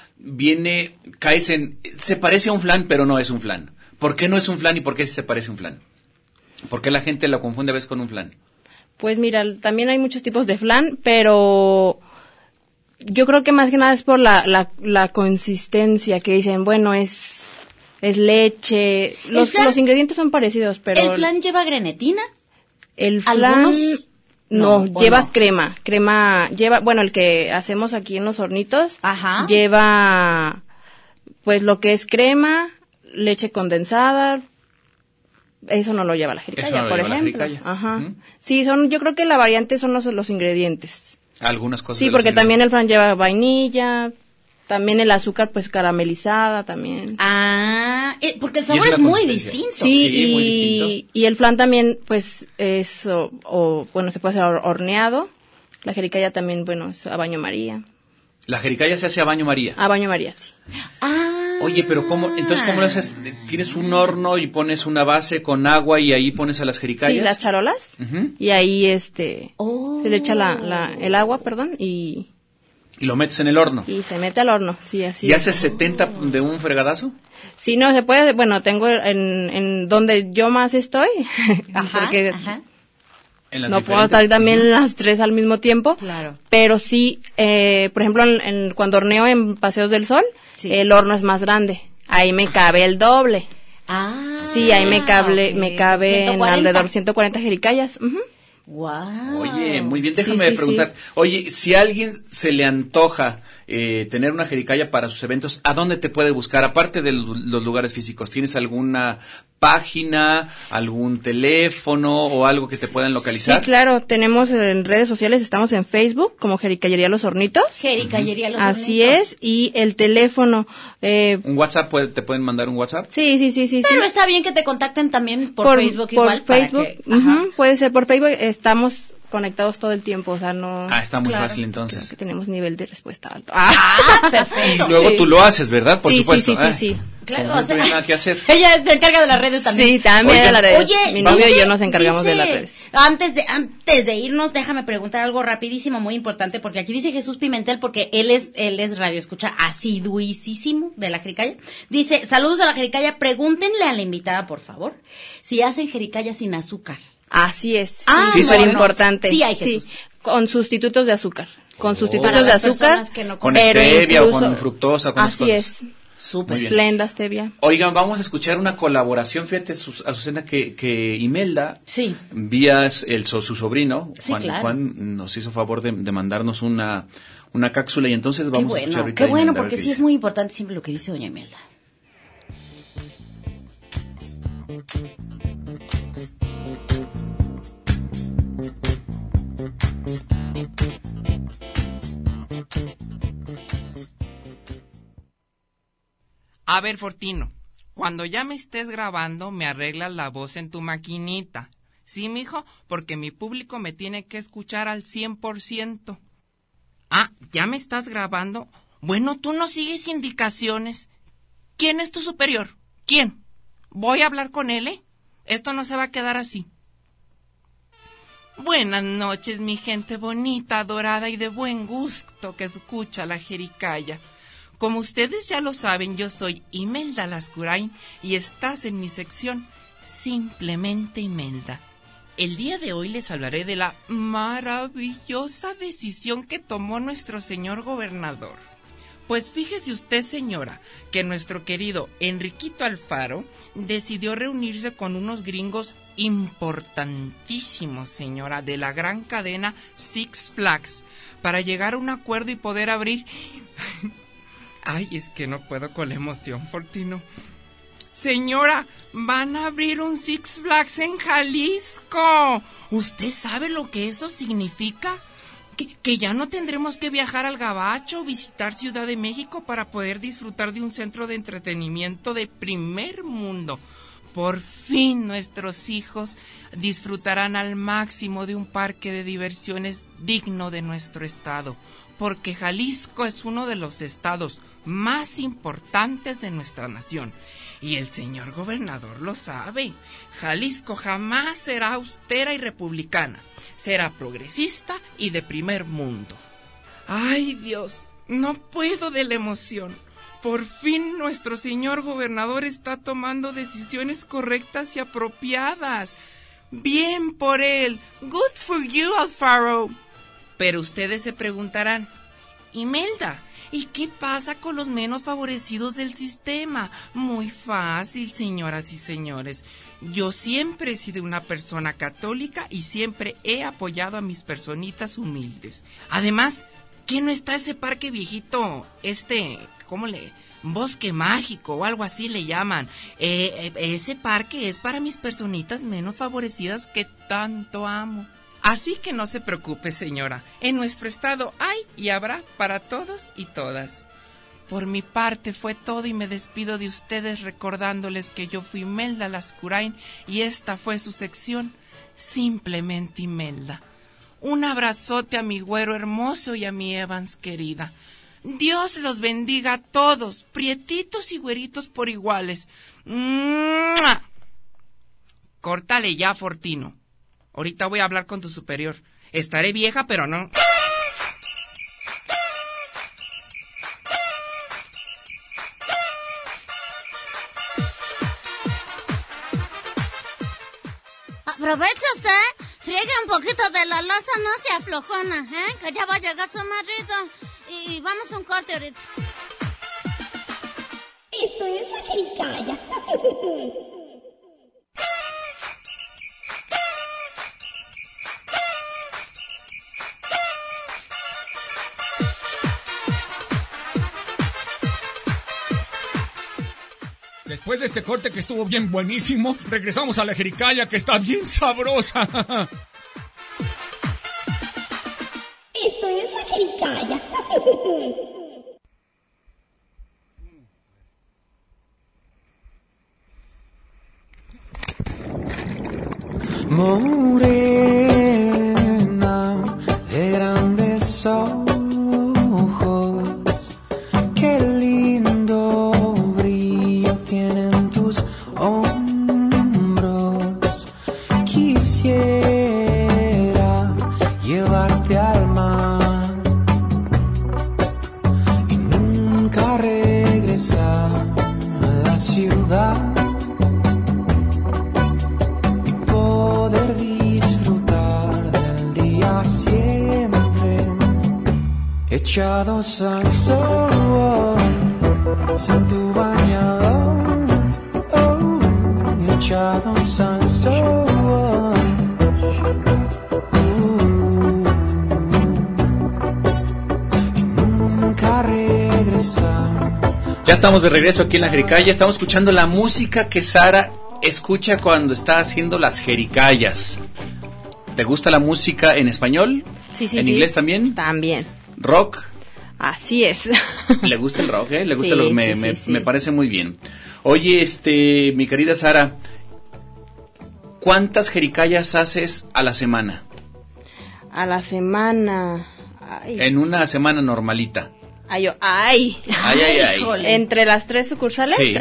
se parece a un flan, pero no es un flan. ¿Por qué no es un flan y por qué sí se parece a un flan? ¿Por qué la gente lo confunde a veces con un flan? Pues mira, también hay muchos tipos de flan, pero yo creo que más que nada es por la consistencia, que dicen, bueno, es leche. Los ingredientes son parecidos, pero... ¿El flan lleva grenetina? El flan... No, lleva crema. Bueno, el que hacemos aquí en Los Hornitos, lleva pues lo que es crema, leche condensada, eso no lo lleva la jericaya, por ejemplo. Ajá. Uh-huh. Sí, yo creo que la variante son los ingredientes. Algunas cosas. Sí, porque también el flan lleva vainilla, También el azúcar, pues caramelizada también. Ah, porque el sabor es muy distinto. Sí, muy distinto. Y el flan también, pues es, bueno, se puede hacer horneado. La jericaya también, bueno, es a baño María. La jericaya se hace a baño María. A baño María, sí. Oye, pero ¿cómo lo haces? ¿Tienes un horno y pones una base con agua y ahí pones a las jericayas? Sí, las charolas. Uh-huh. Y ahí, se le echa el agua, Y lo metes en el horno. Y se mete al horno, sí, así. ¿Y haces 70 de un fregadazo? Sí, no, se puede, bueno, tengo en donde yo más estoy, porque no puedo estar también las 3 al mismo tiempo. Claro. Pero sí, por ejemplo, cuando horneo en Paseos del Sol, el horno es más grande. Ahí me cabe el doble. Sí, ahí me cabe 140. En alrededor 140 jericayas. Uh-huh. Wow. Oye, muy bien, déjame preguntar. Sí. Oye, si a alguien se le antoja tener una jericaya para sus eventos, ¿a dónde te puede buscar? Aparte de los lugares físicos, ¿tienes alguna página, algún teléfono o algo que te puedan localizar? Sí, claro, tenemos en redes sociales, estamos en Facebook como Jericayería Los Hornitos. Jericayería Los Hornitos. Así es, y el teléfono. ¿Un WhatsApp? ¿Te pueden mandar un WhatsApp? Sí. Pero está bien que te contacten también por Facebook igual. Por Facebook, puede ser por Facebook, estamos conectados todo el tiempo, o sea, no... está muy fácil entonces. Creo que tenemos nivel de respuesta alto. Perfecto. Y luego tú lo haces, ¿verdad? Por supuesto. Sí. Claro, no tiene nada que hacer. Ella se encarga de las redes también. Sí, también de las redes. Oye, mi novio y yo nos encargamos de las redes. Antes de irnos, déjame preguntar algo rapidísimo, muy importante, porque aquí dice Jesús Pimentel, porque él es radio escucha asiduísimo de la jericaya. Dice, saludos a la jericaya, pregúntenle a la invitada, por favor, si hacen jericaya sin azúcar. Así es. Sí, súper importante. Sí, hay Jesús. Sí, con sustitutos de azúcar. Con sustitutos de azúcar. Con stevia o con fructosa. Con así es. Súper. Esplenda, stevia. Oigan, vamos a escuchar una colaboración. Fíjate, Azucena, que Imelda, vía su sobrino, Juan, nos hizo favor de mandarnos una cápsula y entonces vamos a escuchar ahorita. Qué bueno, porque sí es muy importante siempre lo que dice doña Imelda. A ver, Fortino, cuando ya me estés grabando, me arreglas la voz en tu maquinita. ¿Sí, mijo? Porque mi público me tiene que escuchar al 100%. ¿Ya me estás grabando? Bueno, tú no sigues indicaciones. ¿Quién es tu superior? ¿Quién? Voy a hablar con él, ¿eh? Esto no se va a quedar así. Buenas noches, mi gente bonita, adorada y de buen gusto que escucha la jericaya. Como ustedes ya lo saben, yo soy Imelda Lascurain y estás en mi sección Simplemente Imelda. El día de hoy les hablaré de la maravillosa decisión que tomó nuestro señor gobernador. Pues fíjese usted, señora, que nuestro querido Enriquito Alfaro decidió reunirse con unos gringos importantísimos, señora, de la gran cadena Six Flags, para llegar a un acuerdo y poder abrir... Ay, es que no puedo con la emoción, Fortino. Señora, van a abrir un Six Flags en Jalisco. ¿Usted sabe lo que eso significa? Que ya no tendremos que viajar al Gabacho o visitar Ciudad de México para poder disfrutar de un centro de entretenimiento de primer mundo. Por fin nuestros hijos disfrutarán al máximo de un parque de diversiones digno de nuestro estado, porque Jalisco es uno de los estados más importantes de nuestra nación. Y el señor gobernador lo sabe. Jalisco jamás será austera y republicana. Será progresista y de primer mundo. ¡Ay, Dios! No puedo de la emoción. Por fin nuestro señor gobernador está tomando decisiones correctas y apropiadas. ¡Bien por él! ¡Good for you, Alfaro! Pero ustedes se preguntarán, Imelda, ¿y qué pasa con los menos favorecidos del sistema? Muy fácil, señoras y señores. Yo siempre he sido una persona católica y siempre he apoyado a mis personitas humildes. Además, ¿qué no está ese parque viejito? Bosque mágico o algo así le llaman. Ese parque es para mis personitas menos favorecidas que tanto amo. Así que no se preocupe, señora. En nuestro estado hay y habrá para todos y todas. Por mi parte fue todo y me despido de ustedes recordándoles que yo fui Imelda Lascurain y esta fue su sección Simplemente Imelda. Un abrazote a mi güero hermoso y a mi Evans querida. Dios los bendiga a todos, prietitos y güeritos por iguales. ¡Mua! Córtale ya, Fortino. Ahorita voy a hablar con tu superior. Estaré vieja, pero no. Aprovecha usted, friegue un poquito de la loza, no se aflojona, que ya va a llegar su marido. Y vamos a un corte ahorita. Esto es la jericaya. Después de este corte que estuvo bien buenísimo, regresamos a la jericaya que está bien sabrosa. Esto es la jericaya. Morena de grandes ojos, qué lindo brillo tienen tus hombros. Quisiera llevarte al mar y nunca regresar a la ciudad. Echados al sol, sin tu bañador, echados al sol. Y nunca regresar. Ya estamos de regreso aquí en la jericaya. Estamos escuchando la música que Sara escucha cuando está haciendo las jericayas. ¿Te gusta la música en español? Sí, sí, ¿En sí. inglés también? También. ¿Rock? Así es. ¿Le gusta el rock, ¿Le gusta Sí, me parece muy bien. Oye, mi querida Sara, ¿cuántas jericayas haces a la semana? A la semana. Ay. En una semana normalita. Ay. Ay. Entre las 3 sucursales. Sí.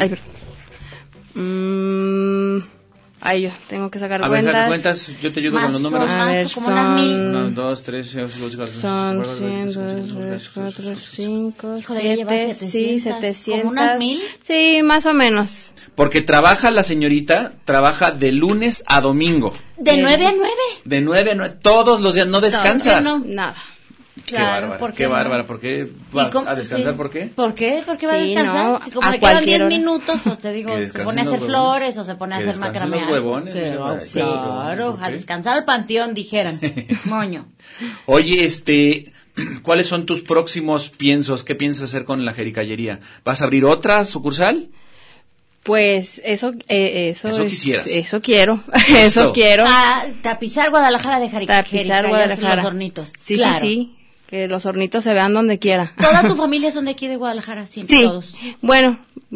Ay, yo tengo que sacar a cuentas. ver, saca cuentas, yo te ayudo Más con los números. A ver, como unas 1000. 1, 2, 3, son 100, 2, 3, 4, 5, Híjole, ya llevas 7, 700. sí, 700. ¿Como unas 1000? Sí, más o menos. Porque trabaja la señorita, trabaja de lunes a domingo. ¿De 9 a 9? De 9 a 9, todos los días, no descansas. No, nada. Qué Claro, bárbara, ¿por qué qué no? bárbara. ¿Por qué va a descansar? Sí. ¿Por qué? ¿Por qué? ¿Por qué va a Sí, descansar? no, Si como a le quedan cualquier 10 hora. minutos, pues te digo, Que se pone a descansen hacer los flores huevones. o se pone a Que hacer descansen macramé. los huevones, mira, Pero, para claro, ¿por a qué? descansar al panteón, dijeran. Moño. Oye, ¿cuáles son tus próximos piensos? ¿Qué piensas hacer con la jericallería? ¿Vas a abrir otra sucursal? Pues eso quisieras. Eso quiero. Eso quiero. Tapizar Guadalajara de Tapizar jericayas, Guadalajara. los hornitos. Sí, Claro. sí. Que los hornitos se vean donde quiera. ¿Toda tu familia son de aquí de Guadalajara? Siempre Sí. todos. Bueno,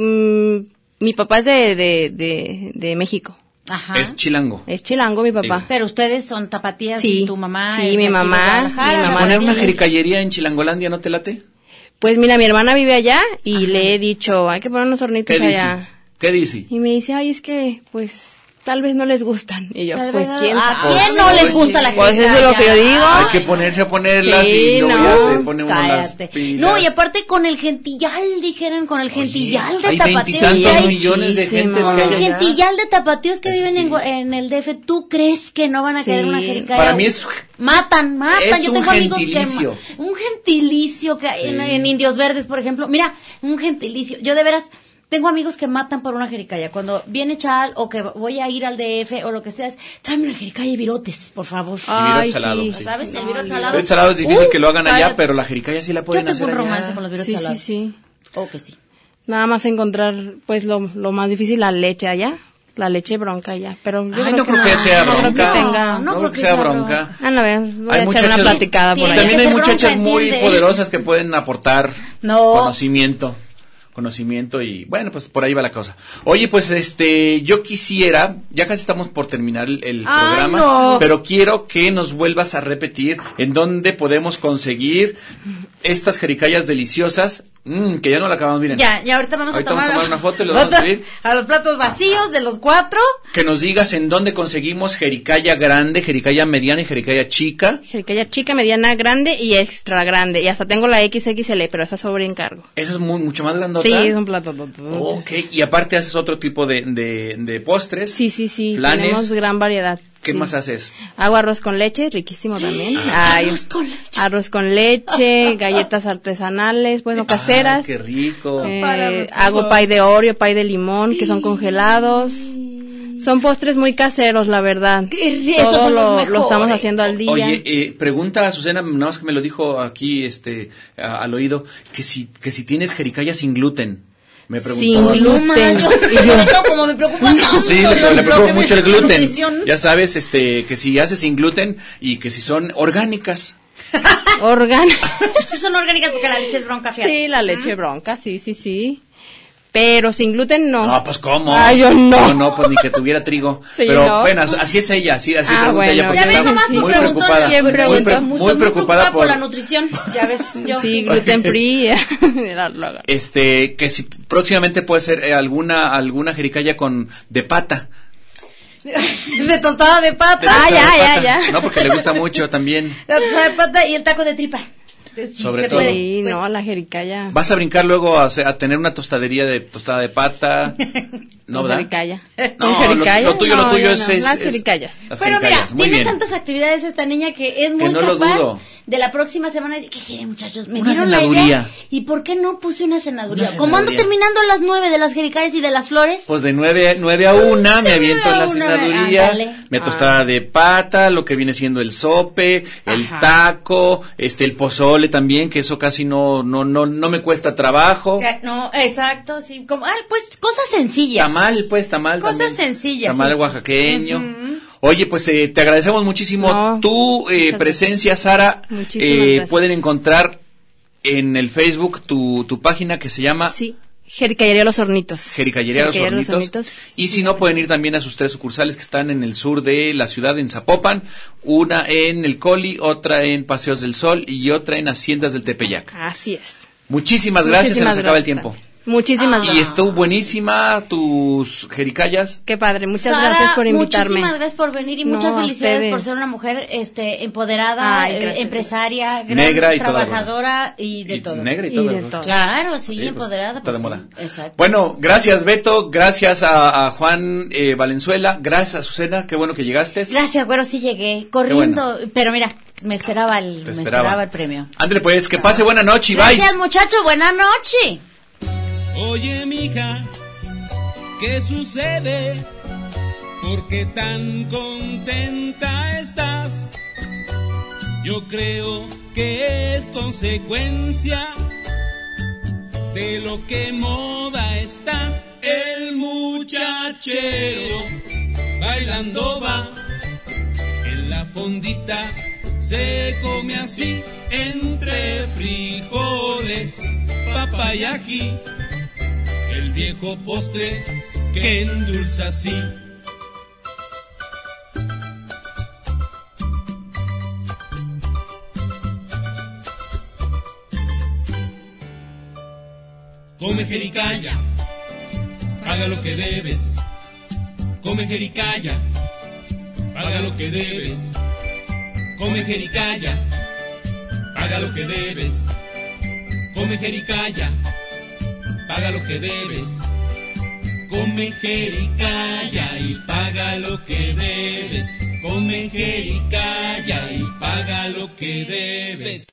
mi papá es de México. Ajá. Es chilango. Es chilango mi papá. Pero ustedes son tapatías Sí. y tu mamá. Sí, es de mi aquí de mamá, Guadalajara, mi mamá. ¿Poner una sí. jericallería en Chilangolandia no te late? Pues mira, mi hermana vive allá y le he dicho, hay que poner unos hornitos ¿Qué dice? allá. ¿Qué dice? Y me dice, ay, es que, pues, tal vez no les gustan. Y yo, Tal pues, vez no- ¿quién ¿A sabe? quién no les gusta la Pues eso es jericaya? lo que yo digo. Hay que ponerse a ponerlas Sí, y luego no, ya se pone uno las Cállate. pilas. No, y aparte con el gentillal, dijeron, con el gentillal de hay tapatíos. 20 y que hay. tantos millones de gentes que hay El allá. gentillal de tapatíos que viven en el DF, ¿tú crees que no van a Sí. querer una jericaya? Para mí es Matan. Es Yo un tengo amigos gentilicio. que... Un gentilicio que hay Sí. en Indios Verdes, por ejemplo. Mira, un gentilicio. Yo de veras... Tengo amigos que matan por una jericaya. Cuando viene Chal o que voy a ir al DF o lo que sea, es, tráeme una jericaya y virotes, por favor. Ay, salado, sí. ¿Sabes? El virote salado. El virote salado es difícil que lo hagan allá, cállate. pero la jericaya sí la pueden Yo hacer tengo un allá. romance con los virotes Sí, salados. sí. O que sí. Nada más encontrar, pues, lo más difícil, la leche allá. La leche bronca allá. Pero yo Ay, no creo que sea no creo bronca. que tenga. No creo que sea bronca. Ah, no, voy Hay a echar una platicada por y ahí. también hay ser muchachas bronca, muy ¿entiende? poderosas que pueden aportar No. conocimiento. conocimiento y bueno, pues por ahí va la cosa. Oye, pues yo quisiera, ya casi estamos por terminar el programa, no. pero quiero que nos vuelvas a repetir en dónde podemos conseguir estas jericayas deliciosas, que ya no la acabamos, miren. Ya ahorita vamos a tomar una foto y lo vamos a subir. A los platos vacíos de los 4. Que nos digas en dónde conseguimos jericaya grande, jericaya mediana y jericaya chica. Jericaya chica, mediana, grande y extra grande. Y hasta tengo la XXL, pero esa sobre encargo. ¿Eso es mucho más grandota? Sí, es un plato. Ok, y aparte haces otro tipo de postres. Sí, flanes. Tenemos gran variedad. ¿Qué más haces? Hago arroz con leche, riquísimo también. Arroz con leche, galletas artesanales, bueno, caseras. ¡Qué rico! Hago pay de Oreo, pay de limón, que son congelados. Son postres muy caseros, la verdad. Todo lo estamos haciendo al día. Oye, pregunta a Azucena, nada más que me lo dijo aquí al oído, que si tienes jericaya sin gluten. Me preguntó. Sin gluten. Como me preocupa tanto. Sí, le preocupa mucho el gluten. Ya sabes, que si haces sin gluten y que si son orgánicas. Sí son orgánicas porque la leche es bronca, fíjate. Sí, la leche bronca, sí. Pero sin gluten no. No, pues ¿cómo? Ay, yo no. No, pues ni que tuviera trigo. Sí, pero no. bueno, así es ella, así pregunta bueno, ella porque está muy preocupada por la nutrición. Ya ves, yo. Sí, gluten free. Que si próximamente puede ser alguna jericaya de pata. De tostada de pata. Ya. No, porque le gusta mucho también. La tostada de pata y el taco de tripa. Sobre todo. Sí, no, la jericaya. ¿Vas a brincar luego a tener una tostadería de tostada de pata? No, ¿verdad? Jericaya. No, lo tuyo es las jericayas. Pero mira, tiene tantas actividades esta niña que es muy capaz de la próxima semana. ¿Qué quieren, muchachos? Me dieron la idea. ¿Y por qué no puse una cenaduría? Como ando terminando a las 9 de las jericayas y de las flores. Pues de 9 a 1 me aviento en la cenaduría. Me tostada de pata, lo que viene siendo el sope, el taco, el pozole también, que eso casi no me cuesta trabajo. No, exacto, sí. Pues cosas sencillas. Tamal cosas también. Sencillas. Tamal oaxaqueño. Oye, pues te agradecemos muchísimo tu presencia, Sara. Pueden encontrar en el Facebook tu página que se llama... Sí. Jericayería Los Hornitos. Jericayería Los Hornitos. Y si no, pueden ir también a sus 3 sucursales que están en el sur de la ciudad, en Zapopan. Una en el Coli, otra en Paseos del Sol y otra en Haciendas del Tepeyac. Así es. Muchísimas gracias, se nos acaba el tiempo. Muchísimas gracias. Y estuvo buenísima tus jericayas. Qué padre, muchas gracias por invitarme. Muchísimas gracias por venir y muchas felicidades por ser una mujer empoderada, empresaria, negra y trabajadora y de todo. Negra y todo. Claro, sí, pues, empoderada. Está de moda. Exacto. Bueno, gracias Beto, gracias a Juan Valenzuela, gracias a Azucena, qué bueno que llegaste. Gracias, güero, sí llegué, corriendo, pero mira, me esperaba el premio. Ándale pues, que pase buena noche y bye. Gracias muchacho, buena noche. Oye, mija, ¿qué sucede? ¿Por qué tan contenta estás? Yo creo que es consecuencia de lo que moda está. El muchachero bailando va en la fondita, se come así entre frijoles, papa y ají. El viejo postre que endulza así. Come jericaya, paga lo que debes. Come jericaya, paga lo que debes. Come jericaya, paga lo que debes. Come jericaya, paga lo que debes. Come jericaya y paga lo que debes. Come jericaya y paga lo que debes.